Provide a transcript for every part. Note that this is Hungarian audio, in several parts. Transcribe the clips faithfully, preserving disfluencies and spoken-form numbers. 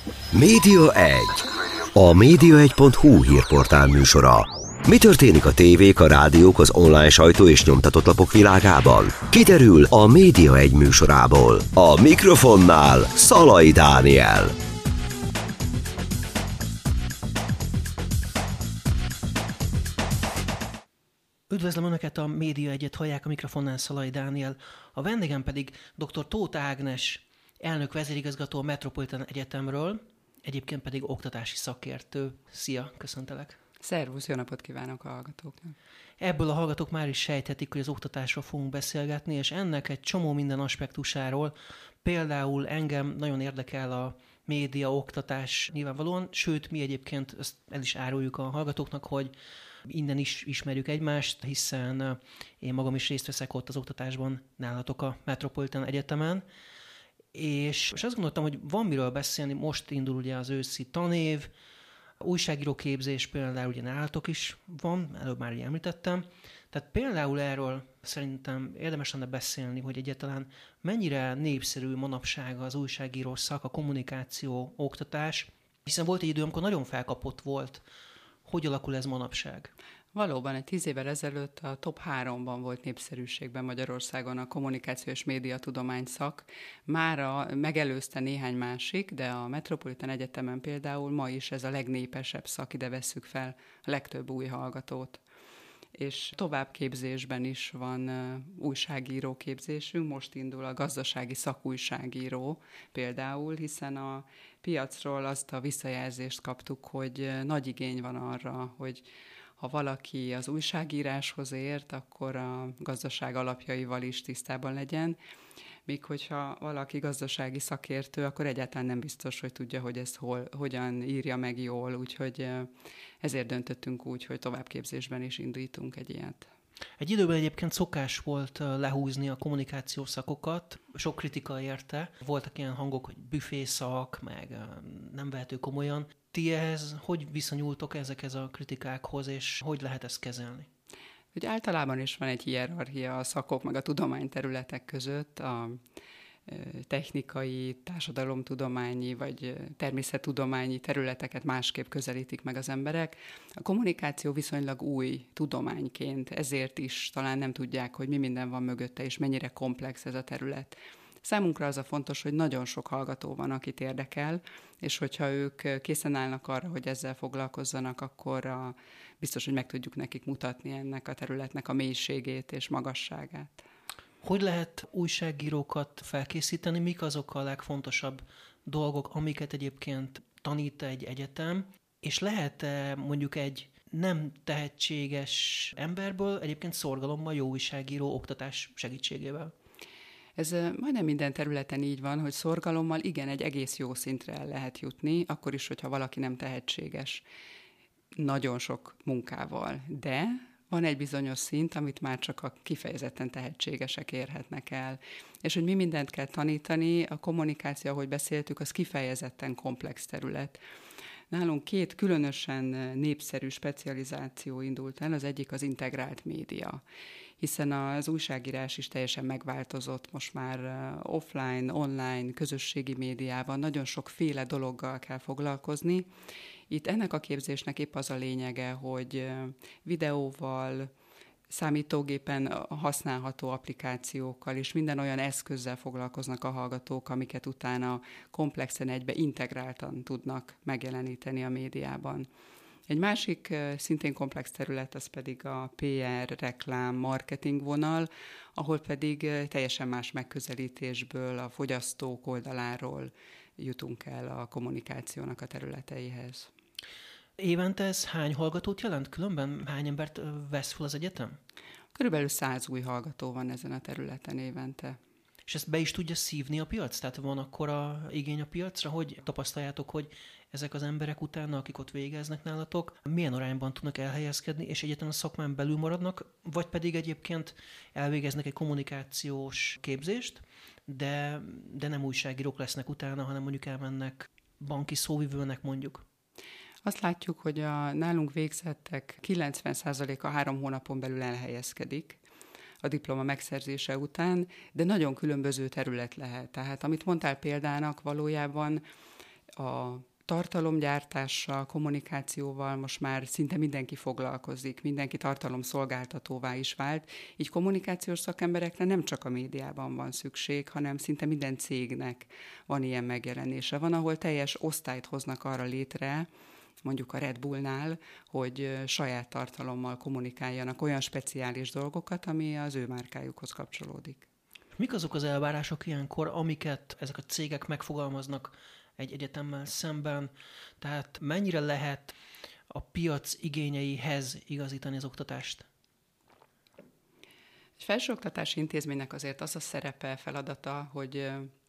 Média egy. A média egy pont hu hírportál műsora. Mi történik a tévék, a rádiók, az online sajtó és nyomtatott lapok világában? Kiderül a Média egy műsorából. A mikrofonnál Szalai Dániel. Üdvözlöm Önöket, a Média egyet hallják, a mikrofonnál Szalai Dániel. A vendégem pedig dr. Tóth Ágnes, elnök vezérigazgató a Metropolitan Egyetemről, egyébként pedig oktatási szakértő. Szia, köszöntelek! Szervusz, jó napot kívánok a hallgatóknak! Ebből a hallgatók már is sejthetik, hogy az oktatásról fogunk beszélgetni, és ennek egy csomó minden aspektusáról, például engem nagyon érdekel a média, oktatás nyilvánvalóan, sőt, mi egyébként ezt el is áruljuk a hallgatóknak, hogy innen is ismerjük egymást, hiszen én magam is részt veszek ott az oktatásban nálatok a Metropolitan Egyetemen, és, és azt gondoltam, hogy van miről beszélni, most indul ugye az őszi tanév, újságíróképzés például ugye nálatok is van, előbb már így említettem, tehát például erről szerintem érdemes lenne beszélni, hogy egyáltalán mennyire népszerű manapság az újságíró szak, a kommunikáció, oktatás, hiszen volt egy idő, amikor nagyon felkapott volt. Hogy alakul ez manapság? Valóban, egy tíz évvel ezelőtt a top háromban volt népszerűségben Magyarországon a kommunikáció és médiatudomány szak. Mára megelőzte néhány másik, de a Metropolitan Egyetemen például ma is ez a legnépesebb szak, ide vesszük fel a legtöbb új hallgatót. És továbbképzésben is van uh, újságíró képzésünk, most indul a gazdasági szakújságíró például, hiszen a piacról azt a visszajelzést kaptuk, hogy uh, nagy igény van arra, hogy ha valaki az újságíráshoz ért, akkor a gazdaság alapjaival is tisztában legyen, míg hogyha valaki gazdasági szakértő, akkor egyáltalán nem biztos, hogy tudja, hogy ezt hol, hogyan írja meg jól, úgyhogy ezért döntöttünk úgy, hogy továbbképzésben is indítunk egy ilyet. Egy időben egyébként szokás volt lehúzni a kommunikációs szakokat, sok kritika érte, voltak ilyen hangok, hogy büfészak, meg nem vehető komolyan. Ti ehhez hogy viszonyultok ezekhez a kritikákhoz, és hogy lehet ezt kezelni? Úgy általában is van egy hierarchia a szakok meg a tudományterületek között, a technikai, társadalomtudományi vagy természettudományi területeket másképp közelítik meg az emberek. A kommunikáció viszonylag új tudományként, ezért is talán nem tudják, hogy mi minden van mögötte, és mennyire komplex ez a terület. Számunkra az a fontos, hogy nagyon sok hallgató van, akit érdekel, és hogyha ők készen állnak arra, hogy ezzel foglalkozzanak, akkor a, biztos, hogy meg tudjuk nekik mutatni ennek a területnek a mélységét és magasságát. Hogy lehet újságírókat felkészíteni? Mik azok a legfontosabb dolgok, amiket egyébként tanít egy egyetem, és lehet-e mondjuk egy nem tehetséges emberből egyébként szorgalommal jó újságíró oktatás segítségével? Ez majdnem minden területen így van, hogy szorgalommal igen, egy egész jó szintre el lehet jutni, akkor is, hogyha valaki nem tehetséges. Nagyon sok munkával, de van egy bizonyos szint, amit már csak a kifejezetten tehetségesek érhetnek el. És hogy mi mindent kell tanítani, a kommunikáció, ahogy beszéltük, az kifejezetten komplex terület. Nálunk két különösen népszerű specializáció indult el, az egyik az integrált média, hiszen az újságírás is teljesen megváltozott, most már offline, online, közösségi médiában nagyon sokféle dologgal kell foglalkozni. Itt ennek a képzésnek épp az a lényege, hogy videóval, számítógépen használható applikációkkal és minden olyan eszközzel foglalkoznak a hallgatók, amiket utána komplexen egybe integráltan tudnak megjeleníteni a médiában. Egy másik szintén komplex terület az pedig a pé er, reklám, marketing vonal, ahol pedig teljesen más megközelítésből, a fogyasztók oldaláról jutunk el a kommunikációnak a területeihez. Évente ez hány hallgatót jelent? Különben hány embert vesz fel az egyetem? Körülbelül száz új hallgató van ezen a területen évente. És ezt be is tudja szívni a piac? Tehát van akkora igény a piacra, hogy tapasztaljátok, hogy ezek az emberek utána, akik ott végeznek nálatok, milyen arányban tudnak elhelyezkedni, és egyáltalán a szakmán belül maradnak, vagy pedig egyébként elvégeznek egy kommunikációs képzést, de, de nem újságírók lesznek utána, hanem mondjuk elmennek banki szóvivőnek mondjuk. Azt látjuk, hogy a nálunk végzettek kilencven százaléka három hónapon belül elhelyezkedik a diploma megszerzése után, de nagyon különböző terület lehet. Tehát amit mondtál példának, valójában A tartalomgyártással, kommunikációval most már szinte mindenki foglalkozik, mindenki tartalomszolgáltatóvá is vált, így kommunikációs szakemberekre nem csak a médiában van szükség, hanem szinte minden cégnek van ilyen megjelenése. Van, ahol teljes osztályt hoznak arra létre, mondjuk a Red Bullnál, hogy saját tartalommal kommunikáljanak olyan speciális dolgokat, ami az ő márkájukhoz kapcsolódik. Mik azok az elvárások ilyenkor, amiket ezek a cégek megfogalmaznak egy egyetemmel szemben? Tehát mennyire lehet a piac igényeihez igazítani az oktatást? Egy felsőoktatási intézménynek azért az a szerepe, feladata, hogy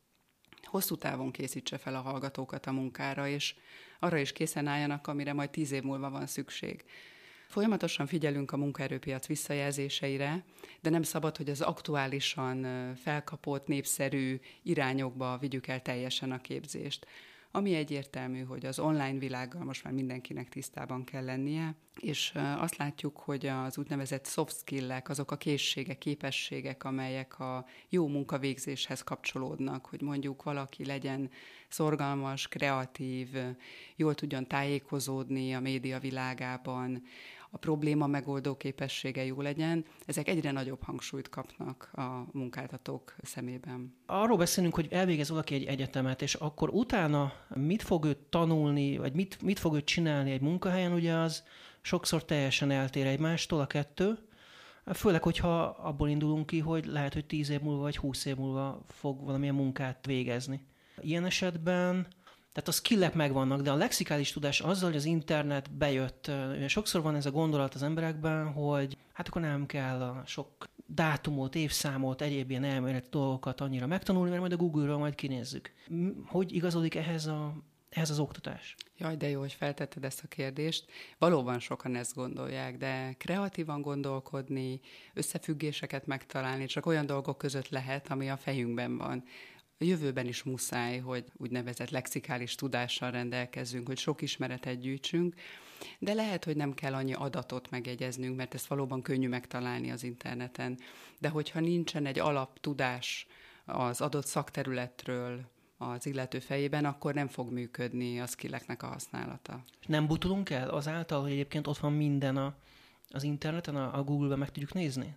hosszú távon készítse fel a hallgatókat a munkára, és arra is készen álljanak, amire majd tíz év múlva van szükség. Folyamatosan figyelünk a munkaerőpiac visszajelzéseire, de nem szabad, hogy az aktuálisan felkapott, népszerű irányokba vigyük el teljesen a képzést. Ami egyértelmű, hogy az online világgal most már mindenkinek tisztában kell lennie, és azt látjuk, hogy az úgynevezett soft skill-ek, azok a készségek, képességek, amelyek a jó munkavégzéshez kapcsolódnak, hogy mondjuk valaki legyen szorgalmas, kreatív, jól tudjon tájékozódni a média világában, a probléma megoldó képessége jó legyen, ezek egyre nagyobb hangsúlyt kapnak a munkáltatók szemében. Arról beszélünk, hogy elvégez valaki egy egyetemet, és akkor utána mit fog ő tanulni, vagy mit, mit fog ő csinálni egy munkahelyen, ugye az sokszor teljesen eltér egymástól a kettő, főleg, hogyha abból indulunk ki, hogy lehet, hogy tíz év múlva vagy húsz év múlva fog valamilyen munkát végezni. Ilyen esetben tehát a skillek megvannak, de a lexikális tudás azzal, hogy az internet bejött. Sokszor van ez a gondolat az emberekben, hogy hát akkor nem kell a sok dátumot, évszámot, egyéb ilyen elméleti dolgokat annyira megtanulni, mert majd a Google-ről majd kinézzük. Hogy igazodik ehhez, a, ehhez az oktatás? Jaj, de jó, hogy feltetted ezt a kérdést. Valóban sokan ezt gondolják, de kreatívan gondolkodni, összefüggéseket megtalálni, csak olyan dolgok között lehet, ami a fejünkben van. A jövőben is muszáj, hogy úgynevezett lexikális tudással rendelkezzünk, hogy sok ismeretet gyűjtsünk, de lehet, hogy nem kell annyi adatot megjegyeznünk, mert ezt valóban könnyű megtalálni az interneten. De hogyha nincsen egy alaptudás az adott szakterületről az illető fejében, akkor nem fog működni a skilleknek a használata. Nem butulunk el azáltal, hogy egyébként ott van minden a, az interneten, a, a Google-ben meg tudjuk nézni?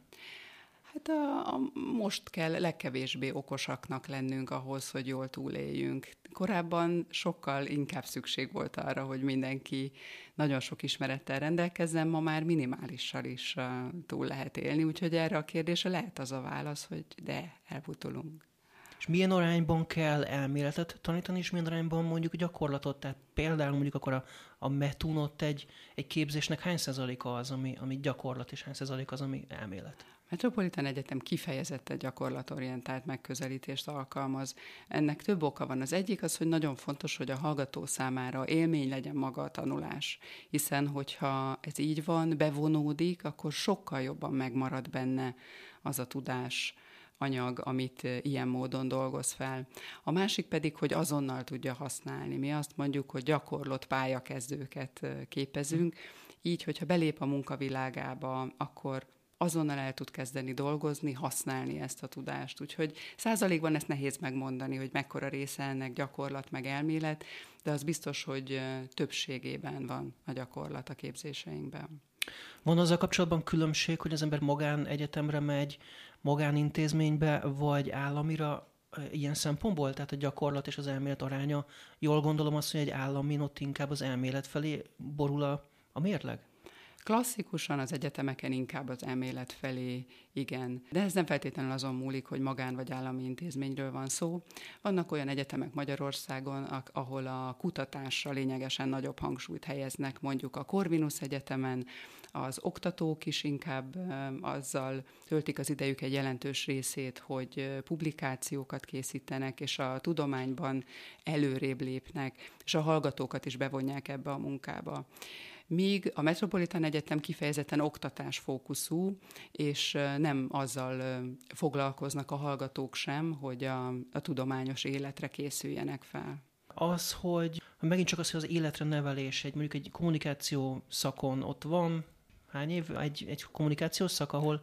Hát a, a, most kell legkevésbé okosaknak lennünk ahhoz, hogy jól túléljünk. Korábban sokkal inkább szükség volt arra, hogy mindenki nagyon sok ismerettel rendelkezzen, ma már minimálissal is uh, túl lehet élni, úgyhogy erre a kérdésre lehet az a válasz, hogy de, elbutulunk. És milyen arányban kell elméletet tanítani, és milyen arányban mondjuk a gyakorlatot? Tehát például mondjuk akkor a, a metún ott egy, egy képzésnek hány százaléka az, ami, ami gyakorlat, és hány százaléka az, ami elmélet? Metropolitan Egyetem kifejezetten gyakorlatorientált megközelítést alkalmaz. Ennek több oka van. Az egyik az, hogy nagyon fontos, hogy a hallgató számára élmény legyen maga a tanulás, hiszen hogyha ez így van, bevonódik, akkor sokkal jobban megmarad benne az a tudás, anyag, amit ilyen módon dolgoz fel. A másik pedig, hogy azonnal tudja használni. Mi azt mondjuk, hogy gyakorlott pályakezdőket képezünk, így, hogyha belép a munkavilágába, akkor azonnal el tud kezdeni dolgozni, használni ezt a tudást. Úgyhogy százalékban ezt nehéz megmondani, hogy mekkora része ennek gyakorlat meg elmélet, de az biztos, hogy többségében van a gyakorlat a képzéseinkben. Van azzal kapcsolatban különbség, hogy az ember magánegyetemre megy, magánintézménybe, vagy államira ilyen szempontból? Tehát a gyakorlat és az elmélet aránya. Jól gondolom azt, hogy egy államin ott inkább az elmélet felé borul a, a mérleg? Klasszikusan az egyetemeken inkább az elmélet felé, igen. De ez nem feltétlenül azon múlik, hogy magán vagy állami intézményről van szó. Vannak olyan egyetemek Magyarországon, ahol a kutatásra lényegesen nagyobb hangsúlyt helyeznek, mondjuk a Corvinus Egyetemen, az oktatók is inkább azzal töltik az idejük egy jelentős részét, hogy publikációkat készítenek, és a tudományban előrébb lépnek, és a hallgatókat is bevonják ebbe a munkába. Míg a Metropolitan Egyetem kifejezetten oktatásfókuszú, és nem azzal foglalkoznak a hallgatók sem, hogy a, a tudományos életre készüljenek fel. Az, hogy megint csak az, hogy az életre nevelés, egy mondjuk egy kommunikáció szakon ott van, hány év? Egy, egy kommunikációs szak, ahol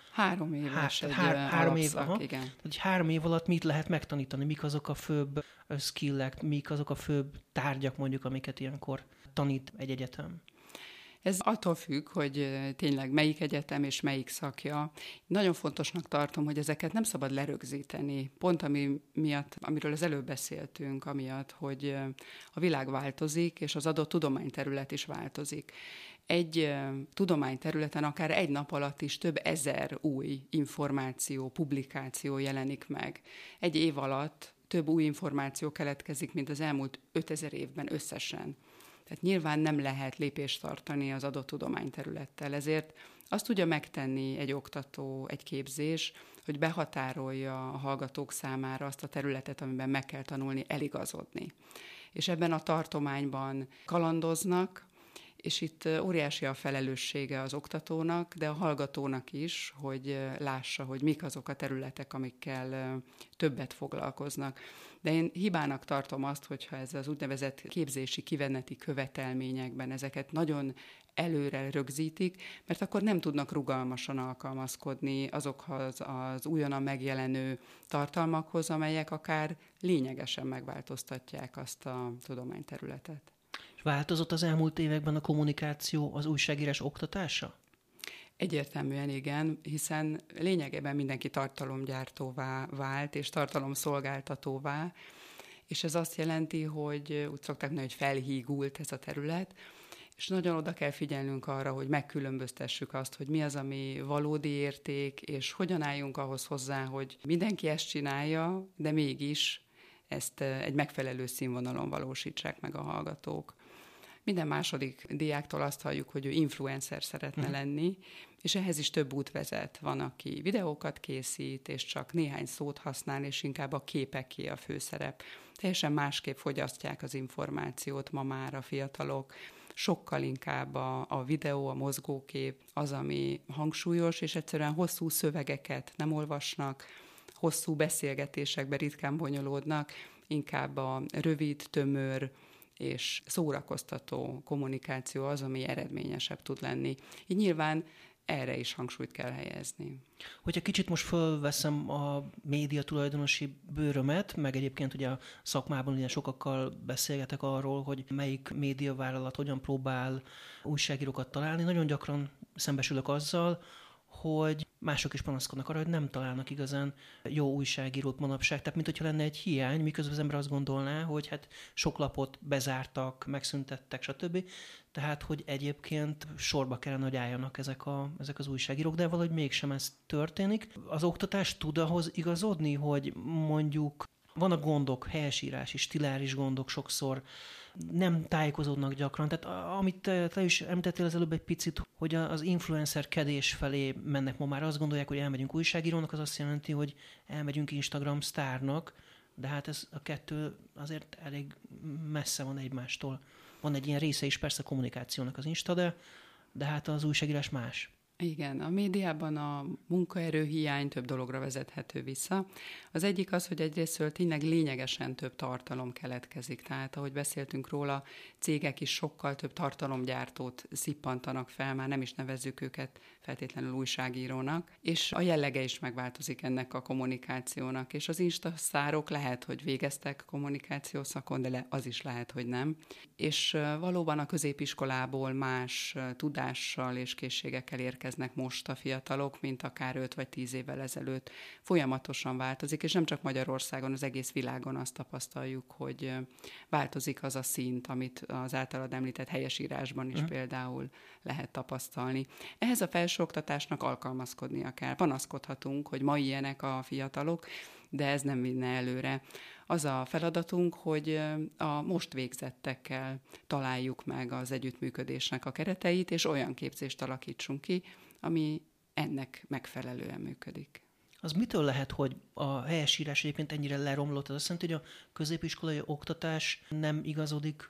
Három éves Há, egy há, három év, alapszak, aha. igen. Tehát három év alatt mit lehet megtanítani? Mik azok a főbb skillek, mik azok a főbb tárgyak mondjuk, amiket ilyenkor tanít egy egyetem? Ez attól függ, hogy tényleg melyik egyetem és melyik szakja. Nagyon fontosnak tartom, hogy ezeket nem szabad lerögzíteni. Pont ami miatt, amiről az előbb beszéltünk, amiatt, hogy a világ változik, és az adott tudományterület is változik. Egy tudományterületen akár egy nap alatt is több ezer új információ, publikáció jelenik meg. Egy év alatt több új információ keletkezik, mint az elmúlt ötezer évben összesen. Tehát nyilván nem lehet lépést tartani az adott tudományterülettel, ezért azt tudja megtenni egy oktató, egy képzés, hogy behatárolja a hallgatók számára azt a területet, amiben meg kell tanulni, eligazodni. És ebben a tartományban kalandoznak, és itt óriási a felelőssége az oktatónak, de a hallgatónak is, hogy lássa, hogy mik azok a területek, amikkel többet foglalkoznak. De én hibának tartom azt, hogyha ez az úgynevezett képzési kiveneti követelményekben ezeket nagyon előre rögzítik, mert akkor nem tudnak rugalmasan alkalmazkodni azokhoz az újonnan megjelenő tartalmakhoz, amelyek akár lényegesen megváltoztatják azt a tudományterületet. És változott az elmúlt években a kommunikáció, az újságírás oktatása? Egyértelműen igen, hiszen lényegében mindenki tartalomgyártóvá vált, és tartalomszolgáltatóvá, és ez azt jelenti, hogy úgy szokták mondani, hogy felhígult ez a terület, és nagyon oda kell figyelnünk arra, hogy megkülönböztessük azt, hogy mi az, ami valódi érték, és hogyan álljunk ahhoz hozzá, hogy mindenki ezt csinálja, de mégis ezt egy megfelelő színvonalon valósítsák meg a hallgatók. Minden második diáktól azt halljuk, hogy ő influencer szeretne uh-huh. lenni, és ehhez is több út vezet. Van, aki videókat készít, és csak néhány szót használ, és inkább a képeké a főszerep. Teljesen másképp fogyasztják az információt ma már a fiatalok. Sokkal inkább a, a videó, a mozgókép az, ami hangsúlyos, és egyszerűen hosszú szövegeket nem olvasnak, hosszú beszélgetésekbe ritkán bonyolódnak, inkább a rövid, tömör és szórakoztató kommunikáció az, ami eredményesebb tud lenni. Így nyilván erre is hangsúlyt kell helyezni. Hogyha kicsit most fölveszem a média tulajdonosi bőrömet, meg egyébként ugye a szakmában ugye sokakkal beszélgetek arról, hogy melyik médiavállalat hogyan próbál újságírókat találni. Nagyon gyakran szembesülök azzal, hogy mások is panaszkodnak arra, hogy nem találnak igazán jó újságírót manapság. Tehát, mint hogyha lenne egy hiány, miközben az ember azt gondolná, hogy hát sok lapot bezártak, megszüntettek, stb. Tehát, hogy egyébként sorba kellene, hogy álljanak ezek, a, ezek az újságírók, de valahogy mégsem ez történik. Az oktatás tud ahhoz igazodni, hogy mondjuk vannak gondok, helyesírási, stiláris gondok sokszor, nem tájékozódnak gyakran. Tehát amit te, te is említettél az előbb egy picit, hogy az influencerkedés felé mennek ma már. Azt gondolják, hogy elmegyünk újságírónak, az azt jelenti, hogy elmegyünk Instagram sztárnak, de hát ez a kettő azért elég messze van egymástól. Van egy ilyen része is persze a kommunikációnak az Insta, de, de hát az újságírás más. Igen, a médiában a munkaerőhiány több dologra vezethető vissza. Az egyik az, hogy egyrésztről tényleg lényegesen több tartalom keletkezik. Tehát, ahogy beszéltünk róla, cégek is sokkal több tartalomgyártót szippantanak fel, már nem is nevezzük őket feltétlenül újságírónak, és a jellege is megváltozik ennek a kommunikációnak, és az instasztárok lehet, hogy végeztek kommunikációszakon, de az is lehet, hogy nem. És valóban a középiskolából más tudással és készségekkel érkeznek most a fiatalok, mint akár öt vagy tíz évvel ezelőtt. Folyamatosan változik, és nem csak Magyarországon, az egész világon azt tapasztaljuk, hogy változik az a szint, amit az általad említett helyesírásban is mm. például lehet tapasztalni. Ehhez a felsőoktatásnak alkalmazkodnia kell. Panaszkodhatunk, hogy ma ilyenek a fiatalok, de ez nem vinne előre. Az a feladatunk, hogy a most végzettekkel találjuk meg az együttműködésnek a kereteit, és olyan képzést alakítsunk ki, ami ennek megfelelően működik. Az mitől lehet, hogy a helyesírás egyébként ennyire leromlott? Ez azt jelenti, hogy a középiskolai oktatás nem igazodik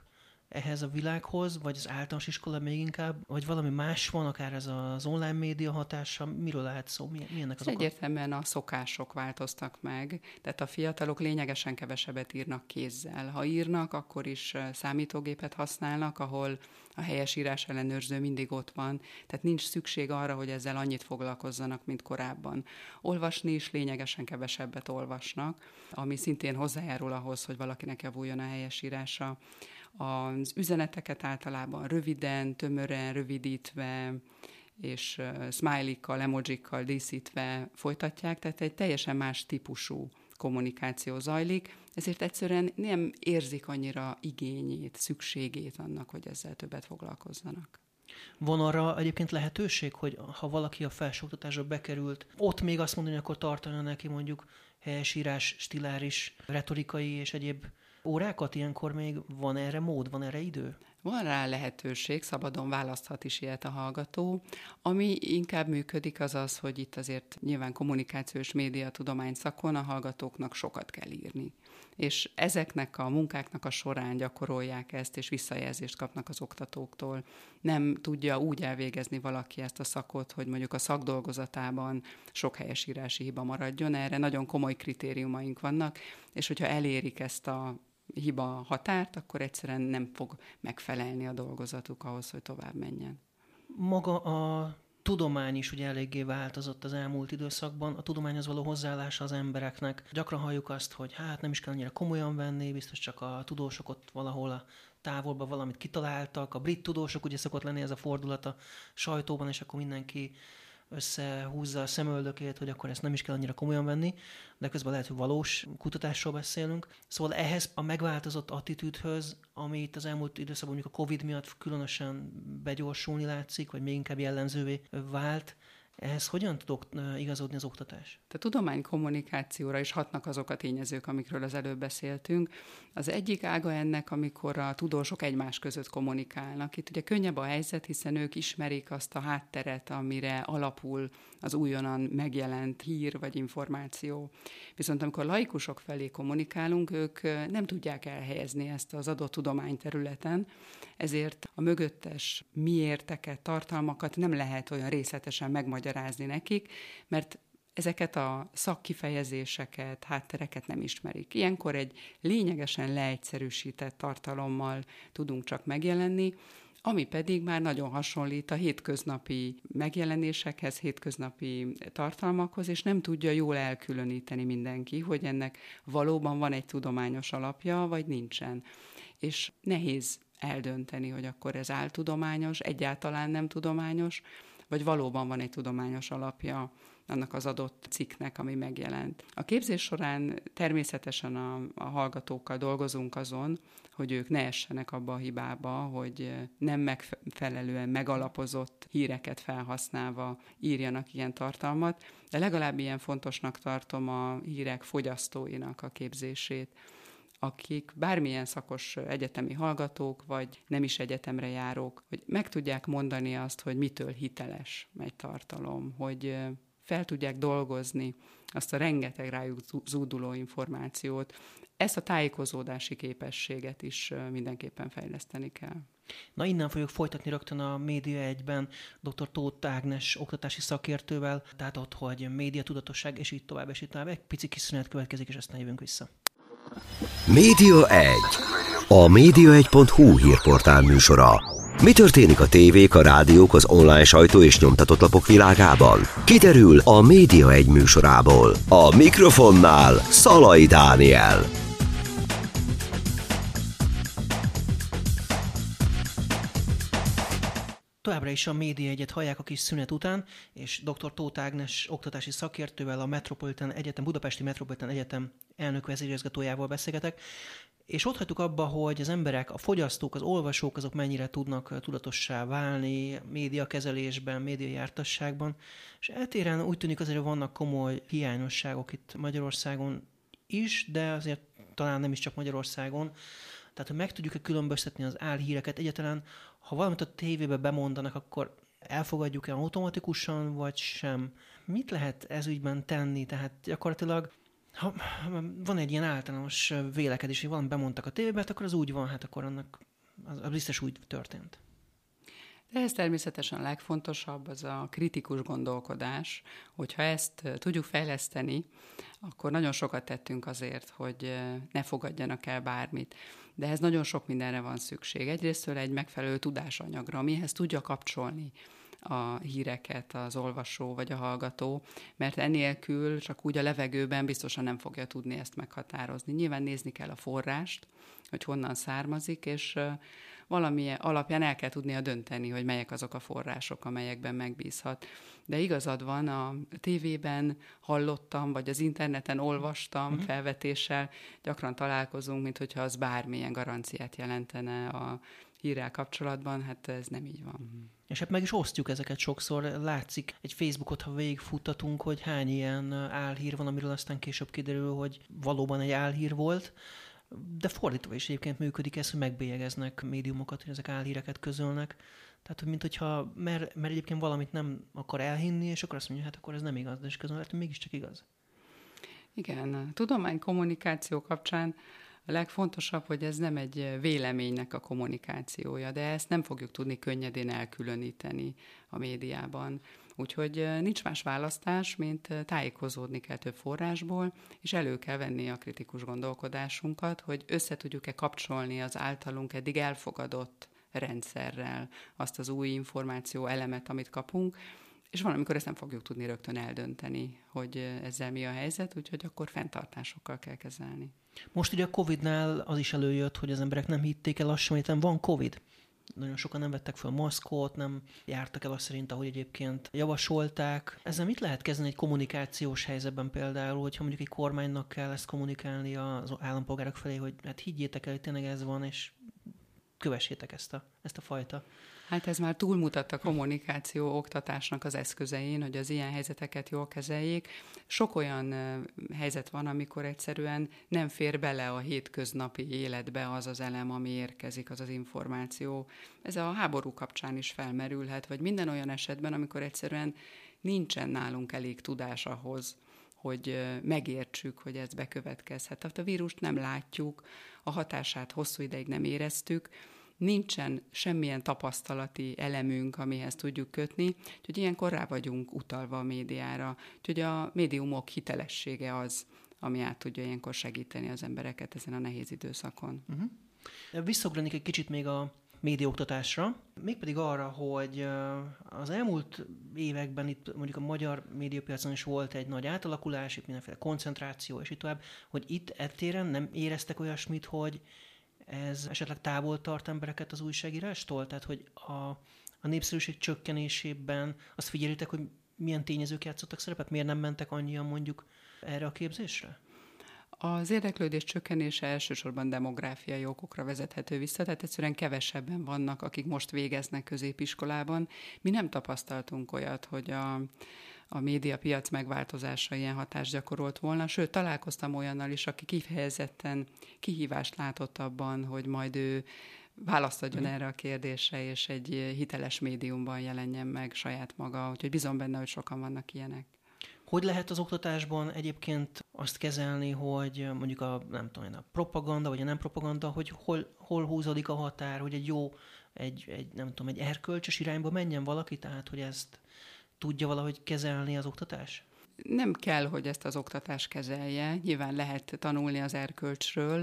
ehhez a világhoz, vagy az általános iskola még inkább, vagy valami más van, akár ez az online média hatása, miről lehet szó, milyennek az oka? Egyértelműen a szokások változtak meg, tehát a fiatalok lényegesen kevesebbet írnak kézzel. Ha írnak, akkor is számítógépet használnak, ahol a helyesírás ellenőrző mindig ott van, tehát nincs szükség arra, hogy ezzel annyit foglalkozzanak, mint korábban. Olvasni is lényegesen kevesebbet olvasnak, ami szintén hozzájárul ahhoz, hogy valakinek javuljon a helyesírása. Az üzeneteket általában röviden, tömören, rövidítve, és smiley-kkal, emojikkal díszítve folytatják, tehát egy teljesen más típusú kommunikáció zajlik, ezért egyszerűen nem érzik annyira igényét, szükségét annak, hogy ezzel többet foglalkozzanak. Van arra egyébként lehetőség, hogy ha valaki a felsőoktatásba bekerült, ott még azt mondani, hogy akkor tartana neki mondjuk helyesírás, stiláris, retorikai és egyéb órákat, ilyenkor még van erre mód, van erre idő? Van rá lehetőség, szabadon választhat is ilyet a hallgató. Ami inkább működik, az az, hogy itt azért nyilván kommunikációs média tudomány szakon a hallgatóknak sokat kell írni. És ezeknek a munkáknak a során gyakorolják ezt, és visszajelzést kapnak az oktatóktól. Nem tudja úgy elvégezni valaki ezt a szakot, hogy mondjuk a szakdolgozatában sok helyesírási hiba maradjon. Erre nagyon komoly kritériumaink vannak, és hogyha elérik ezt a hiba határt, akkor egyszerűen nem fog megfelelni a dolgozatuk ahhoz, hogy tovább menjen. Maga a tudomány is ugye eléggé változott az elmúlt időszakban. A tudományhoz való hozzáállása az embereknek. Gyakran halljuk azt, hogy hát nem is kell annyira komolyan venni, biztos csak a tudósok ott valahol a távolban valamit kitaláltak. A brit tudósok, ugye szokott lenni ez a fordulat a sajtóban, és akkor mindenki összehúzza a szemöldökét, hogy akkor ezt nem is kell annyira komolyan venni, de közben lehet, hogy valós kutatásról beszélünk. Szóval ehhez a megváltozott attitűdhöz, ami itt az elmúlt időszakban mondjuk a Covid miatt különösen begyorsulni látszik, vagy még inkább jellemzővé vált, ehhez hogyan tudok igazodni az oktatás? A tudománykommunikációra is hatnak azok a tényezők, amikről az előbb beszéltünk. Az egyik ága ennek, amikor a tudósok egymás között kommunikálnak. Itt ugye könnyebb a helyzet, hiszen ők ismerik azt a hátteret, amire alapul az újonnan megjelent hír vagy információ. Viszont amikor laikusok felé kommunikálunk, ők nem tudják elhelyezni ezt az adott tudományterületen, ezért a mögöttes miérteket, tartalmakat nem lehet olyan részletesen megmagyarázni nekik, mert ezeket a szakkifejezéseket, háttereket nem ismerik. Ilyenkor egy lényegesen leegyszerűsített tartalommal tudunk csak megjelenni, ami pedig már nagyon hasonlít a hétköznapi megjelenésekhez, hétköznapi tartalmakhoz, és nem tudja jól elkülöníteni mindenki, hogy ennek valóban van egy tudományos alapja, vagy nincsen. És nehéz eldönteni, hogy akkor ez áltudományos, egyáltalán nem tudományos, vagy valóban van egy tudományos alapja annak az adott cikknek, ami megjelent. A képzés során természetesen a, a hallgatókkal dolgozunk azon, hogy ők ne essenek abba a hibába, hogy nem megfelelően megalapozott híreket felhasználva írjanak ilyen tartalmat, de legalább ilyen fontosnak tartom a hírek fogyasztóinak a képzését, akik bármilyen szakos egyetemi hallgatók, vagy nem is egyetemre járók, hogy meg tudják mondani azt, hogy mitől hiteles egy tartalom, hogy fel tudják dolgozni azt a rengeteg rájuk zúduló információt. Ezt a tájékozódási képességet is mindenképpen fejleszteni kell. Na, innen fogjuk folytatni rögtön a Média egyben dr. Tóth Ágnes oktatási szakértővel, tehát ott, hogy média tudatosság, és így tovább, és így tovább. Egy pici kis szünet következik, és aztán jövünk vissza. Média egy. A média egy pont hu hírportál műsora. Mi történik a tévék, a rádiók, az online sajtó és nyomtatott lapok világában? Kiderül a Média egy műsorából. A mikrofonnál Szalai Dániel. Továbbra is a Média egyet hallják a kis szünet után, és dr. Tóth Ágnes oktatási szakértővel, a Metropolitan Egyetem, Budapesti Metropolitan Egyetem elnök vezérigazgatójával beszélgetek, és ott hagytuk abba, hogy az emberek, a fogyasztók, az olvasók, azok mennyire tudnak tudatossá válni médiakezelésben, médiajártasságban, és eltéren úgy tűnik azért, hogy vannak komoly hiányosságok itt Magyarországon is, de azért talán nem is csak Magyarországon. Tehát, hogy meg tudjuk-e különböztetni az álhíreket, egyáltalán, ha valamit a tévébe bemondanak, akkor elfogadjuk-e automatikusan, vagy sem? Mit lehet ez ügyben tenni? Tehát gyakorlatilag, ha van egy ilyen általános vélekedés, hogy valamit bemondtak a tévébe, hát akkor az úgy van, hát akkor annak az, az biztos úgy történt. De ez természetesen a legfontosabb, az a kritikus gondolkodás, hogyha ezt tudjuk fejleszteni, akkor nagyon sokat tettünk azért, hogy ne fogadjanak el bármit. De ehhez nagyon sok mindenre van szükség. Egyrésztől egy megfelelő tudásanyagra, amihez tudja kapcsolni a híreket az olvasó vagy a hallgató, mert enélkül csak úgy a levegőben biztosan nem fogja tudni ezt meghatározni. Nyilván nézni kell a forrást, hogy honnan származik, és valamilyen alapján el kell tudnia dönteni, hogy melyek azok a források, amelyekben megbízhat. De igazad van, a tévében hallottam, vagy az interneten olvastam uh-huh. felvetéssel, gyakran találkozunk, mint hogyha az bármilyen garanciát jelentene a hírrel kapcsolatban, hát ez nem így van. Uh-huh. És hát meg is osztjuk ezeket sokszor. Látszik egy Facebookot, ha végigfuttatunk, hogy hány ilyen álhír van, amiről aztán később kiderül, hogy valóban egy álhír volt. De fordítva is egyébként működik ez, hogy megbélyegeznek médiumokat, hogy ezek álhíreket közölnek. Tehát, hogy mint hogyha, mert, mert egyébként valamit nem akar elhinni, és akkor azt mondja, hát akkor ez nem igaz, de és közben lehet, hogy mégiscsak igaz. Igen, a tudománykommunikáció kapcsán a legfontosabb, hogy ez nem egy véleménynek a kommunikációja, de ezt nem fogjuk tudni könnyedén elkülöníteni a médiában. Úgyhogy nincs más választás, mint tájékozódni kell több forrásból, és elő kell venni a kritikus gondolkodásunkat, hogy össze tudjuk-e kapcsolni az általunk eddig elfogadott rendszerrel azt az új információ elemet, amit kapunk, és valamikor ezt nem fogjuk tudni rögtön eldönteni, hogy ezzel mi a helyzet, úgyhogy akkor fenntartásokkal kell kezelni. Most ugye a Covidnál az is előjött, hogy az emberek nem hitték el lassan, hogy van Covid. Nagyon sokan nem vettek fel maszkot, nem jártak el azt szerint, ahogy egyébként javasolták. Ezzel mit lehet kezdeni egy kommunikációs helyzetben például, hogyha mondjuk egy kormánynak kell ezt kommunikálni az állampolgárok felé, hogy hát higgyétek el, hogy tényleg ez van, és kövessétek ezt a, ezt a fajta. Hát ez már túlmutat a kommunikáció oktatásnak az eszközein, hogy az ilyen helyzeteket jól kezeljék. Sok olyan helyzet van, amikor egyszerűen nem fér bele a hétköznapi életbe az az elem, ami érkezik, az az információ. Ez a háború kapcsán is felmerülhet, vagy minden olyan esetben, amikor egyszerűen nincsen nálunk elég tudás ahhoz, hogy megértsük, hogy ez bekövetkezhet. Tehát a vírust nem látjuk, a hatását hosszú ideig nem éreztük, nincsen semmilyen tapasztalati elemünk, amihez tudjuk kötni, úgyhogy ilyenkor rá vagyunk utalva a médiára. Úgyhogy a médiumok hitelessége az, ami át tudja ilyenkor segíteni az embereket ezen a nehéz időszakon. Uh-huh. Visszaugranik egy kicsit még a médiaoktatásra, mégpedig arra, hogy az elmúlt években itt mondjuk a magyar médiapiacon is volt egy nagy átalakulás, itt mindenféle koncentráció, és így tovább, hogy itt ettéren nem éreztek olyasmit, hogy ez esetleg távol tart embereket az újságírástól? Tehát, hogy a, a népszerűség csökkenésében azt figyelitek, hogy milyen tényezők játszottak szerepet? Miért nem mentek annyian mondjuk erre a képzésre? Az érdeklődés csökkenése elsősorban demográfiai okokra vezethető vissza, tehát egyszerűen kevesebben vannak, akik most végeznek középiskolában. Mi nem tapasztaltunk olyat, hogy a, a médiapiac megváltozása ilyen hatást gyakorolt volna, sőt, találkoztam olyannal is, aki kifejezetten kihívást látott abban, hogy majd ő választ adjon mm. erre a kérdésre, és egy hiteles médiumban jelenjen meg saját maga, úgyhogy bízom benne, hogy sokan vannak ilyenek. Hogy lehet az oktatásban egyébként azt kezelni, hogy mondjuk a, nem tudom, a propaganda, vagy a nem propaganda, hogy hol, hol húzódik a határ, hogy egy jó, egy, egy, nem tudom, egy erkölcsös irányba menjen valaki, tehát hogy ezt tudja valahogy kezelni az oktatás? Nem kell, hogy ezt az oktatás kezelje. Nyilván lehet tanulni az erkölcsről,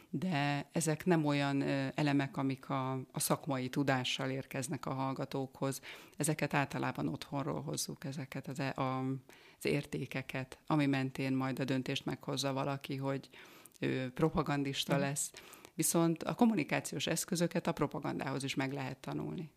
de ezek nem olyan elemek, amik a, a szakmai tudással érkeznek a hallgatókhoz. Ezeket általában otthonról hozzuk, ezeket az, a, az értékeket, ami mentén majd a döntést meghozza valaki, hogy ő propagandista lesz. Viszont a kommunikációs eszközöket a propagandához is meg lehet tanulni.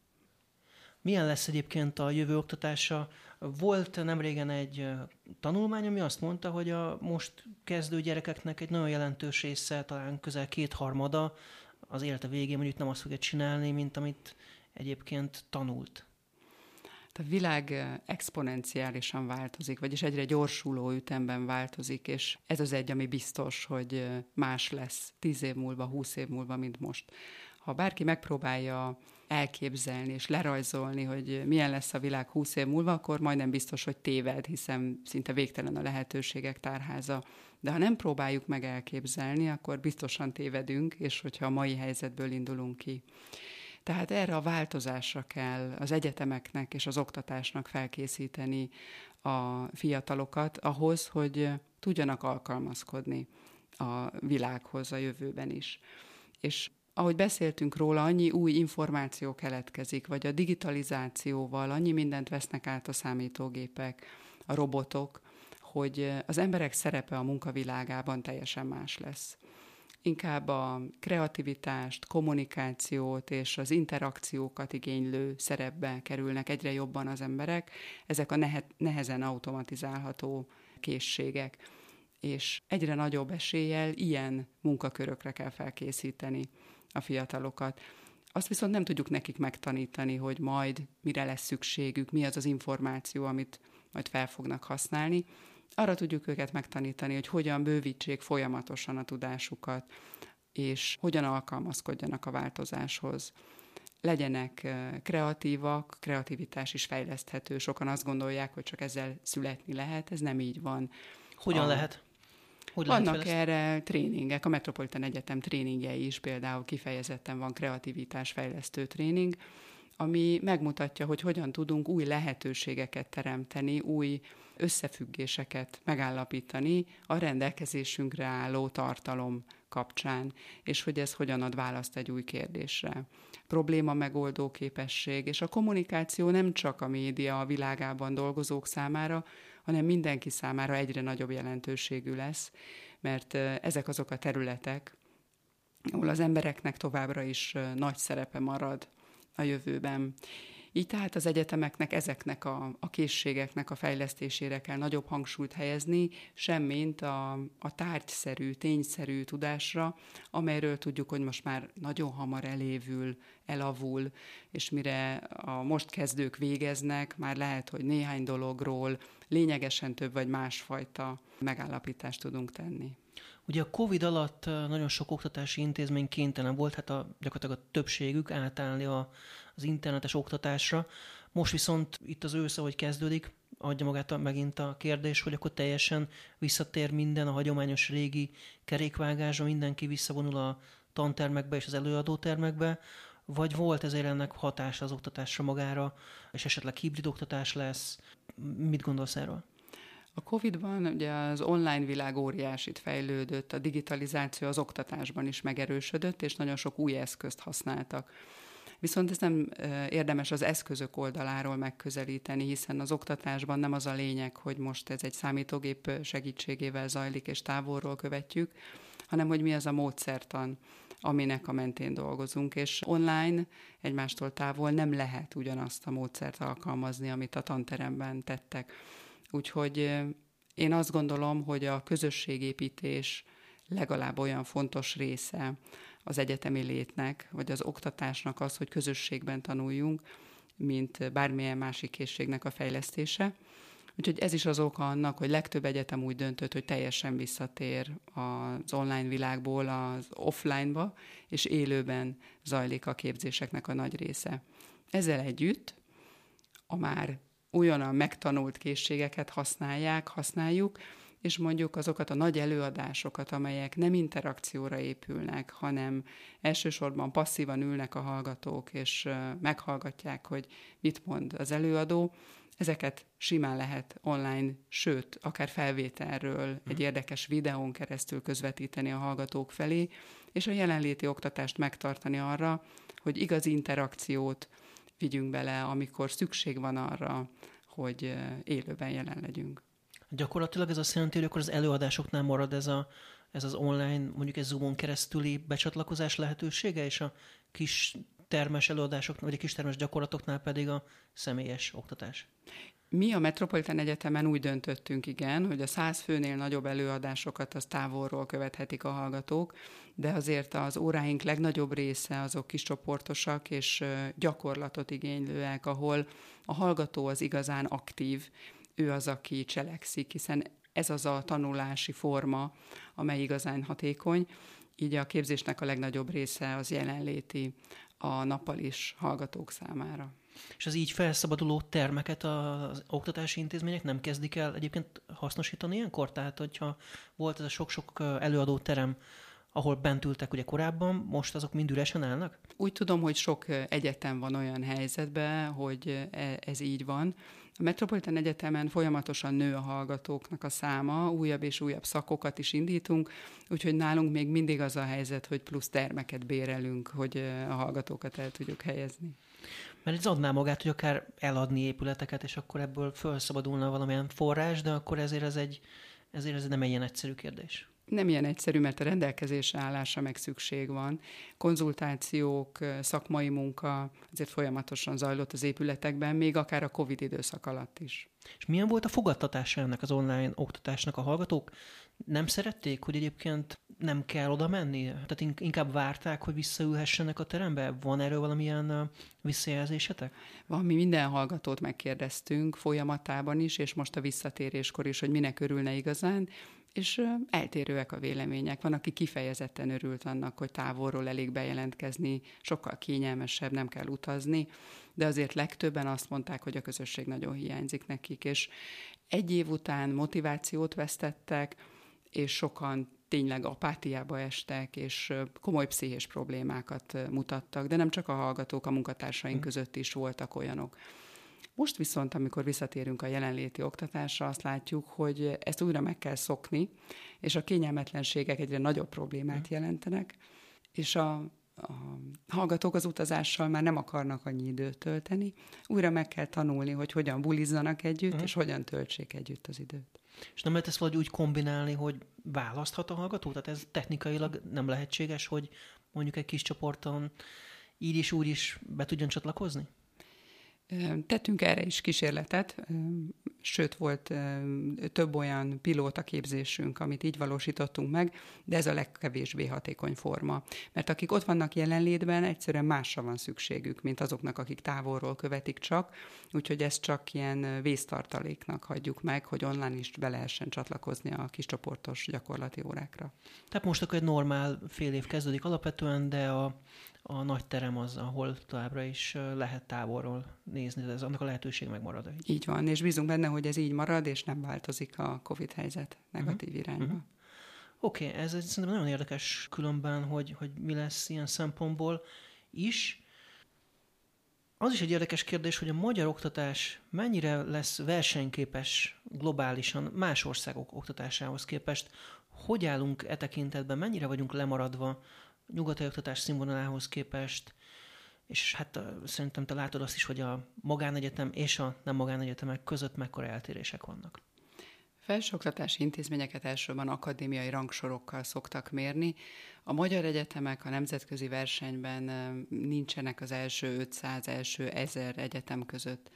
Milyen lesz egyébként a jövő oktatása? Volt nemrégen egy tanulmány, ami azt mondta, hogy a most kezdő gyerekeknek egy nagyon jelentős része, talán közel kétharmada az élete végén mondjuk nem azt fogja csinálni, mint amit egyébként tanult. A világ exponenciálisan változik, vagyis egyre gyorsuló ütemben változik, és ez az egy, ami biztos, hogy más lesz tíz év múlva, húsz év múlva, mint most. Ha bárki megpróbálja elképzelni és lerajzolni, hogy milyen lesz a világ húsz év múlva, akkor majdnem biztos, hogy téved, hiszen szinte végtelen a lehetőségek tárháza. De ha nem próbáljuk meg elképzelni, akkor biztosan tévedünk, és hogyha a mai helyzetből indulunk ki. Tehát erre a változásra kell az egyetemeknek és az oktatásnak felkészíteni a fiatalokat ahhoz, hogy tudjanak alkalmazkodni a világhoz a jövőben is. És ahogy beszéltünk róla, annyi új információ keletkezik, vagy a digitalizációval annyi mindent vesznek át a számítógépek, a robotok, hogy az emberek szerepe a munkavilágában teljesen más lesz. Inkább a kreativitást, kommunikációt és az interakciókat igénylő szerepbe kerülnek egyre jobban az emberek. Ezek a nehezen automatizálható készségek. És egyre nagyobb eséllyel ilyen munkakörökre kell felkészíteni a fiatalokat. Azt viszont nem tudjuk nekik megtanítani, hogy majd mire lesz szükségük, mi az az információ, amit majd fel fognak használni. Arra tudjuk őket megtanítani, hogy hogyan bővítsék folyamatosan a tudásukat, és hogyan alkalmazkodjanak a változáshoz. Legyenek kreatívak, kreativitás is fejleszthető. Sokan azt gondolják, hogy csak ezzel születni lehet, ez nem így van. Hogyan a... lehet? Hogy Vannak lehet erre tréningek, a Metropolitan Egyetem tréningjei is például kifejezetten van kreativitás fejlesztő tréning, ami megmutatja, hogy hogyan tudunk új lehetőségeket teremteni, új összefüggéseket megállapítani a rendelkezésünkre álló tartalom kapcsán, és hogy ez hogyan ad választ egy új kérdésre. Probléma megoldó képesség, és a kommunikáció nem csak a média a világában dolgozók számára, hanem mindenki számára egyre nagyobb jelentőségű lesz, mert ezek azok a területek, ahol az embereknek továbbra is nagy szerepe marad a jövőben. Így tehát az egyetemeknek ezeknek a, a készségeknek a fejlesztésére kell nagyobb hangsúlyt helyezni, semmint a, a tárgyszerű, tényszerű tudásra, amelyről tudjuk, hogy most már nagyon hamar elévül, elavul, és mire a most kezdők végeznek, már lehet, hogy néhány dologról lényegesen több vagy másfajta megállapítást tudunk tenni. Ugye a Covid alatt nagyon sok oktatási intézmény kénytelen volt, hát a, gyakorlatilag a többségük átállni a, az internetes oktatásra. Most viszont itt az ősz, ahogy kezdődik, adja magát a, megint a kérdés, hogy akkor teljesen visszatér minden a hagyományos régi kerékvágásra, mindenki visszavonul a tantermekbe és az előadótermekbe, vagy volt ezért ennek hatása az oktatásra magára, és esetleg hibrid oktatás lesz? Mit gondolsz erről? A Covidban ugye az online világ óriásit fejlődött, a digitalizáció az oktatásban is megerősödött, és nagyon sok új eszközt használtak. Viszont ezt nem érdemes az eszközök oldaláról megközelíteni, hiszen az oktatásban nem az a lényeg, hogy most ez egy számítógép segítségével zajlik és távolról követjük, hanem hogy mi az a módszertan, aminek a mentén dolgozunk, és online egymástól távol nem lehet ugyanazt a módszert alkalmazni, amit a tanteremben tettek. Úgyhogy én azt gondolom, hogy a közösségépítés legalább olyan fontos része az egyetemi létnek, vagy az oktatásnak az, hogy közösségben tanuljunk, mint bármilyen másik készségnek a fejlesztése. Úgyhogy ez is az oka annak, hogy legtöbb egyetem úgy döntött, hogy teljesen visszatér az online világból az offline-ba, és élőben zajlik a képzéseknek a nagy része. Ezzel együtt a már olyan megtanult készségeket használják, használjuk, és mondjuk azokat a nagy előadásokat, amelyek nem interakcióra épülnek, hanem elsősorban passzívan ülnek a hallgatók, és meghallgatják, hogy mit mond az előadó, ezeket simán lehet online, sőt, akár felvételről egy érdekes videón keresztül közvetíteni a hallgatók felé, és a jelenléti oktatást megtartani arra, hogy igazi interakciót vigyünk bele, amikor szükség van arra, hogy élőben jelen legyünk. Gyakorlatilag ez azt jelenti, hogy akkor az előadásoknál marad ez, a, ez az online, mondjuk egy Zoomon keresztüli becsatlakozás lehetősége, és a kis termes előadásoknál, vagy a kis termes gyakorlatoknál pedig a személyes oktatás. Mi a Metropolitan Egyetemen úgy döntöttünk, igen, hogy a száz főnél nagyobb előadásokat az távolról követhetik a hallgatók, de azért az óráink legnagyobb része azok kiscsoportosak és gyakorlatot igénylőek, ahol a hallgató az igazán aktív, ő az, aki cselekszik, hiszen ez az a tanulási forma, amely igazán hatékony, így a képzésnek a legnagyobb része az jelenléti a nappal is hallgatók számára. És az így felszabaduló termeket az oktatási intézmények nem kezdik el egyébként hasznosítani ilyenkor? Tehát, hogyha volt ez a sok-sok előadó terem, ahol bent ültek ugye korábban, most azok mind üresen állnak? Úgy tudom, hogy sok egyetem van olyan helyzetben, hogy ez így van. A Metropolitan Egyetemen folyamatosan nő a hallgatóknak a száma, újabb és újabb szakokat is indítunk, úgyhogy nálunk még mindig az a helyzet, hogy plusz termeket bérelünk, hogy a hallgatókat el tudjuk helyezni. Mert ez adná magát, hogy akár eladni épületeket, és akkor ebből felszabadulna valamilyen forrás, de akkor ezért ez, egy, ezért ez nem egy ilyen egyszerű kérdés. Nem ilyen egyszerű, mert a rendelkezésre állásra meg szükség van. Konzultációk, szakmai munka azért folyamatosan zajlott az épületekben, még akár a Covid időszak alatt is. És milyen volt a fogadtatása ennek az online oktatásnak? A hallgatók nem szerették, hogy egyébként nem kell oda menni? Tehát inkább várták, hogy visszaülhessenek a terembe? Van erről valamilyen visszajelzésetek? Van, mi minden hallgatót megkérdeztünk folyamatában is, és most a visszatéréskor is, hogy minek örülne igazán, és eltérőek a vélemények. Van, aki kifejezetten örült annak, hogy távolról elég bejelentkezni, sokkal kényelmesebb, nem kell utazni, de azért legtöbben azt mondták, hogy a közösség nagyon hiányzik nekik, és egy év után motivációt vesztettek, és sokan tényleg apátiába estek, és komoly pszichés problémákat mutattak, de nem csak a hallgatók, a munkatársaink között is voltak olyanok. Most viszont, amikor visszatérünk a jelenléti oktatásra, azt látjuk, hogy ezt újra meg kell szokni, és a kényelmetlenségek egyre nagyobb problémát jelentenek, és a, a hallgatók az utazással már nem akarnak annyi időt tölteni. Újra meg kell tanulni, hogy hogyan bulizzanak együtt, uh-huh. és hogyan töltsék együtt az időt. És nem lehet ezt valahogy úgy kombinálni, hogy választhat a hallgató? Tehát ez technikailag nem lehetséges, hogy mondjuk egy kis csoporton így is úgy is be tudjon csatlakozni? Tettünk erre is kísérletet, sőt volt több olyan pilótaképzésünk, amit így valósítottunk meg, de ez a legkevésbé hatékony forma. Mert akik ott vannak jelenlétben, egyszerűen másra van szükségük, mint azoknak, akik távolról követik csak, úgyhogy ezt csak ilyen vésztartaléknak hagyjuk meg, hogy online is be lehessen csatlakozni a kiscsoportos gyakorlati órákra. Tehát most akkor egy normál fél év kezdődik alapvetően, de a A nagy terem az, ahol továbbra is lehet távolról nézni, de ez annak a lehetőség megmarad. Így van, és bízunk benne, hogy ez így marad, és nem változik a Covid helyzet negatív uh-huh. irányba. Uh-huh. Oké, okay, ez szerintem nagyon érdekes különben, hogy, hogy mi lesz ilyen szempontból is. Az is egy érdekes kérdés, hogy a magyar oktatás mennyire lesz versenyképes globálisan más országok oktatásához képest. Hogy állunk e tekintetben, mennyire vagyunk lemaradva nyugati oktatás színvonalához képest, és hát szerintem te látod azt is, hogy a magánegyetem és a nem magánegyetemek között mekkora eltérések vannak. Felsőoktatási intézményeket elsősorban akadémiai rangsorokkal szoktak mérni. A magyar egyetemek a nemzetközi versenyben nincsenek az első ötszáz, első ezer egyetem között.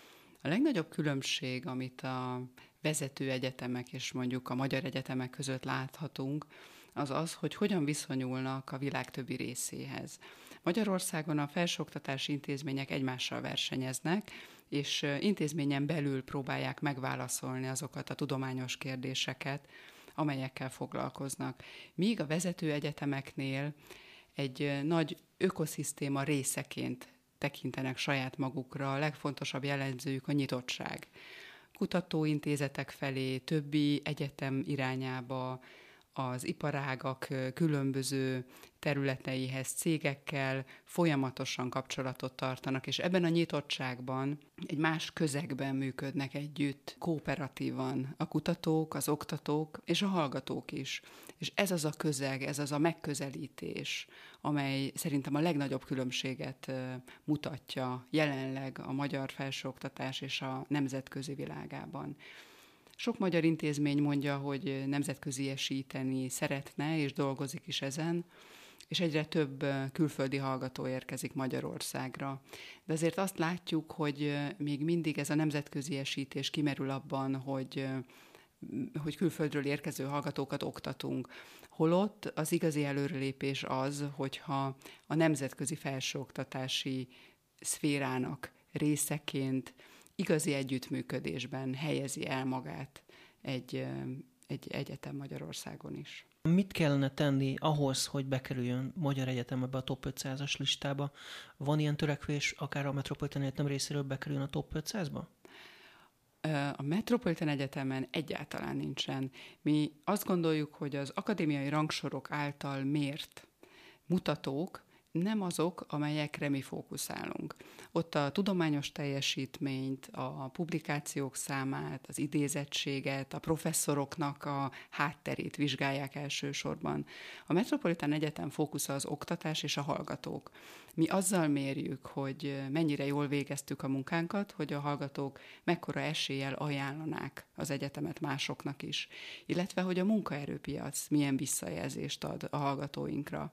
A legnagyobb különbség, amit a vezető egyetemek és mondjuk a magyar egyetemek között láthatunk, az az, hogy hogyan viszonyulnak a világ többi részéhez. Magyarországon a felsőoktatási intézmények egymással versenyeznek, és intézményen belül próbálják megválaszolni azokat a tudományos kérdéseket, amelyekkel foglalkoznak. Míg a vezető egyetemeknél egy nagy ökoszisztéma részeként tekintenek saját magukra, a legfontosabb jellemzőjük a nyitottság. Kutatóintézetek felé, többi egyetem irányába, az iparágak különböző területeihez, cégekkel folyamatosan kapcsolatot tartanak, és ebben a nyitottságban egy más közegben működnek együtt, kooperatívan a kutatók, az oktatók és a hallgatók is. És ez az a közeg, ez az a megközelítés, amely szerintem a legnagyobb különbséget mutatja jelenleg a magyar felsőoktatás és a nemzetközi világában. Sok magyar intézmény mondja, hogy nemzetköziesíteni szeretne, és dolgozik is ezen, és egyre több külföldi hallgató érkezik Magyarországra. De azért azt látjuk, hogy még mindig ez a nemzetköziesítés kimerül abban, hogy, hogy külföldről érkező hallgatókat oktatunk. Holott az igazi előrelépés az, hogyha a nemzetközi felsőoktatási szférának részeként igazi együttműködésben helyezi el magát egy, egy egyetem Magyarországon is. Mit kellene tenni ahhoz, hogy bekerüljön magyar egyetem ebbe a top ötszázas listába? Van ilyen törekvés, akár a Metropolitan Egyetem részéről bekerüljön a top ötszázba? A Metropolitan Egyetemen egyáltalán nincsen. Mi azt gondoljuk, hogy az akadémiai rangsorok által mért mutatók nem azok, amelyekre mi fókuszálunk. Ott a tudományos teljesítményt, a publikációk számát, az idézettséget, a professzoroknak a hátterét vizsgálják elsősorban. A Metropolitan Egyetem fókusza az oktatás és a hallgatók. Mi azzal mérjük, hogy mennyire jól végeztük a munkánkat, hogy a hallgatók mekkora eséllyel ajánlanák az egyetemet másoknak is, illetve hogy a munkaerőpiac milyen visszajelzést ad a hallgatóinkra.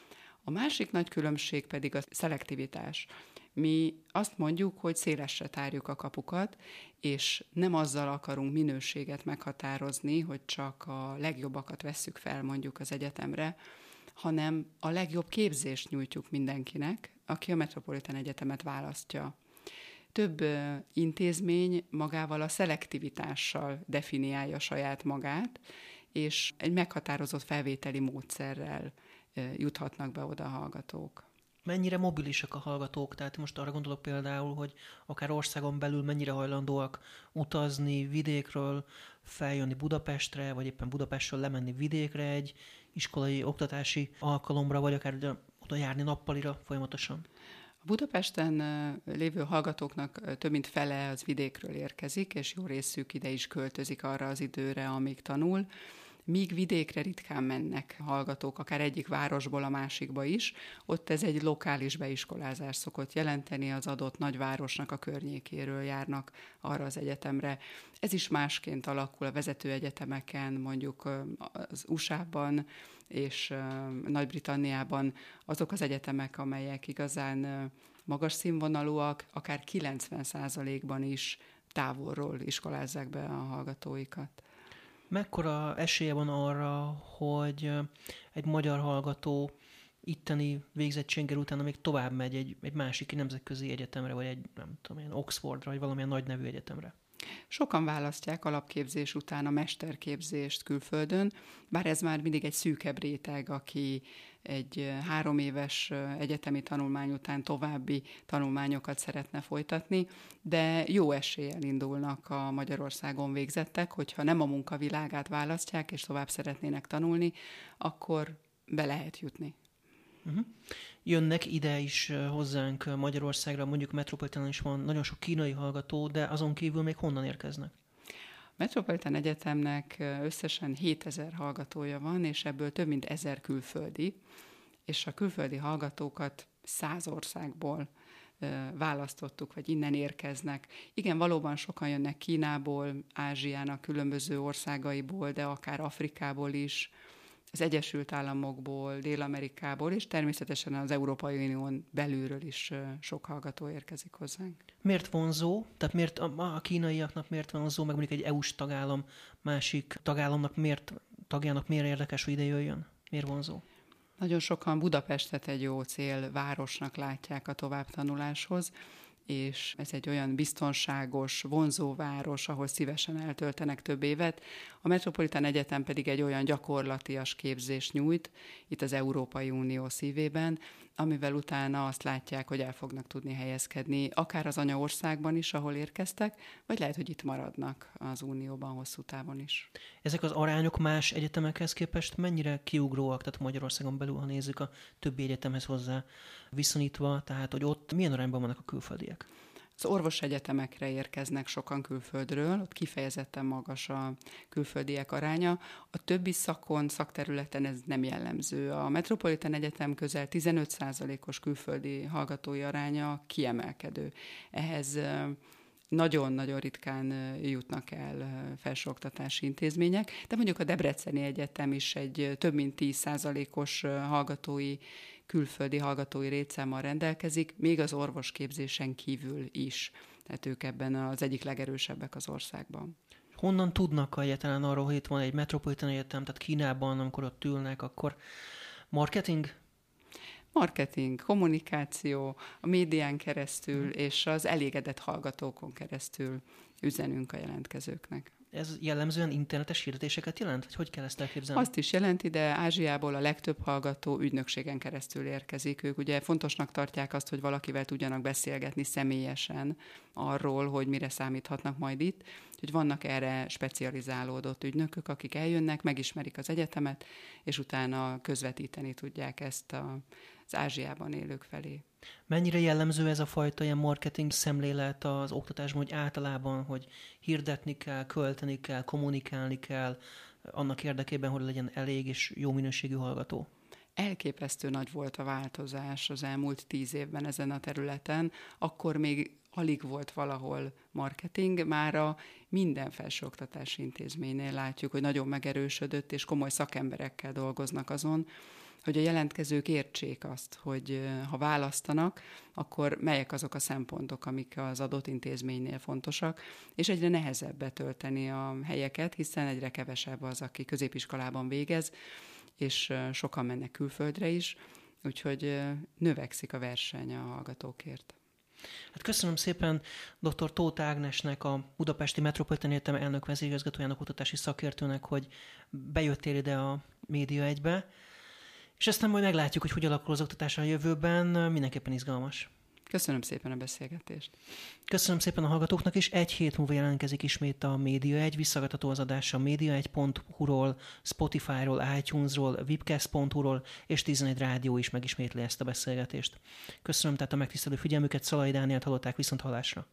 A másik nagy különbség pedig a szelektivitás. Mi azt mondjuk, hogy szélesre tárjuk a kapukat, és nem azzal akarunk minőséget meghatározni, hogy csak a legjobbakat vesszük fel mondjuk az egyetemre, hanem a legjobb képzést nyújtjuk mindenkinek, aki a Metropolitan Egyetemet választja. Több intézmény magával a szelektivitással definiálja saját magát, és egy meghatározott felvételi módszerrel juthatnak be oda a hallgatók. Mennyire mobilisak a hallgatók? Tehát most arra gondolok például, hogy akár országon belül mennyire hajlandóak utazni vidékről, feljönni Budapestre, vagy éppen Budapestről lemenni vidékre egy iskolai oktatási alkalomra, vagy akár oda járni nappalira folyamatosan? A Budapesten lévő hallgatóknak több mint fele az vidékről érkezik, és jó részük ide is költözik arra az időre, amíg tanul. Míg vidékre ritkán mennek hallgatók, akár egyik városból a másikba is, ott ez egy lokális beiskolázás szokott jelenteni, az adott nagyvárosnak a környékéről járnak arra az egyetemre. Ez is másként alakul a vezető egyetemeken, mondjuk az u es á-ban és Nagy-Britanniában azok az egyetemek, amelyek igazán magas színvonalúak, akár kilencven százalékban is távolról iskolázzák be a hallgatóikat. Mekkora esélye van arra, hogy egy magyar hallgató itteni végzettséggel utána még tovább megy egy, egy másik nemzetközi egyetemre, vagy egy, nem tudom, ilyen Oxfordra, vagy valamilyen nagy nevű egyetemre? Sokan választják alapképzés után a mesterképzést külföldön, bár ez már mindig egy szűkebb réteg, aki egy három éves egyetemi tanulmány után további tanulmányokat szeretne folytatni, de jó eséllyel indulnak a Magyarországon végzettek, hogyha nem a munkavilágát választják, és tovább szeretnének tanulni, akkor be lehet jutni. Uh-huh. Jönnek ide is hozzánk Magyarországra, mondjuk Metropolitanon is van nagyon sok kínai hallgató, de azon kívül még honnan érkeznek? A Metropolitan Egyetemnek összesen hétezer hallgatója van, és ebből több mint ezer külföldi, és a külföldi hallgatókat száz országból választottuk, vagy innen érkeznek. Igen, valóban sokan jönnek Kínából, Ázsiának különböző országaiból, de akár Afrikából is, az Egyesült Államokból, Dél-Amerikából, és természetesen az Európai Unión belülről is sok hallgató érkezik hozzánk. Miért vonzó? Tehát miért a, a kínaiaknak miért vonzó, meg mondjuk egy é u-s tagállam másik tagállamnak miért, tagjának miért érdekes, hogy ide jöjjön? Miért vonzó? Nagyon sokan Budapestet egy jó célvárosnak látják a továbbtanuláshoz, és ez egy olyan biztonságos, vonzó város, ahol szívesen eltöltenek több évet. A Metropolitan Egyetem pedig egy olyan gyakorlatias képzést nyújt, itt az Európai Unió szívében, amivel utána azt látják, hogy el fognak tudni helyezkedni, akár az anyaországban is, ahol érkeztek, vagy lehet, hogy itt maradnak az Unióban hosszú távon is. Ezek az arányok más egyetemekhez képest mennyire kiugróak, tehát Magyarországon belül, ha nézzük a többi egyetemhez hozzá viszonyítva, tehát hogy ott milyen arányban vannak a külföldiek? Az orvosegyetemekre érkeznek sokan külföldről, ott kifejezetten magas a külföldiek aránya. A többi szakon, szakterületen ez nem jellemző. A Metropolitan Egyetem közel tizenöt százalékos külföldi hallgatói aránya kiemelkedő. Ehhez nagyon-nagyon ritkán jutnak el felsőoktatási intézmények, de mondjuk a Debreceni Egyetem is egy több mint tíz százalékos hallgatói, külföldi hallgatói létszámmal rendelkezik, még az orvosképzésen kívül is. Tehát ők ebben az egyik legerősebbek az országban. Honnan tudnak egyáltalán arról, hogy itt van egy Metropolitan Egyetem, tehát Kínában, amikor ott ülnek, akkor marketing? Marketing, kommunikáció, a médián keresztül és az elégedett hallgatókon keresztül üzenünk a jelentkezőknek. ez jellemzően internetes hirdetéseket jelent? Hogy, hogy kell ezt elképzelni? Azt is jelenti, de Ázsiából a legtöbb hallgató ügynökségen keresztül érkezik. Ők ugye fontosnak tartják azt, hogy valakivel tudjanak beszélgetni személyesen arról, hogy mire számíthatnak majd itt. Úgyhogy vannak erre specializálódott ügynökök, akik eljönnek, megismerik az egyetemet, és utána közvetíteni tudják ezt a, az Ázsiában élők felé. Mennyire jellemző ez a fajta ilyen marketing szemlélet az oktatásban, hogy általában, hogy hirdetni kell, költeni kell, kommunikálni kell, annak érdekében, hogy legyen elég és jó minőségű hallgató? Elképesztő nagy volt a változás az elmúlt tíz évben ezen a területen. Akkor még alig volt valahol marketing, mára minden felsőoktatási intézménynél látjuk, hogy nagyon megerősödött, és komoly szakemberekkel dolgoznak azon, hogy a jelentkezők értsék azt, hogy ha választanak, akkor melyek azok a szempontok, amik az adott intézménynél fontosak, és egyre nehezebb betölteni a helyeket, hiszen egyre kevesebb az, aki középiskolában végez, és sokan mennek külföldre is, úgyhogy növekszik a verseny a hallgatókért. Hát köszönöm szépen dr. Tóth Ágnesnek, a Budapesti Metropolitán Egyetem elnök vezérigazgatójának, oktatási szakértőnek, hogy bejöttél ide a Média egybe, és aztán majd meglátjuk, hogy hogy alakul az oktatás a jövőben, mindenképpen izgalmas. Köszönöm szépen a beszélgetést. Köszönöm szépen a hallgatóknak is. Egy hét múlva jelentkezik ismét a Média egy, visszagatható az adás a média egy pont hu-ról, Spotify-ról, iTunes-ról, webcast pont hu-ról, és tizenegy rádió is megismétli ezt a beszélgetést. Köszönöm tehát a megtisztelő figyelmüket, Szalai Dánielt hallották, viszont hallásra.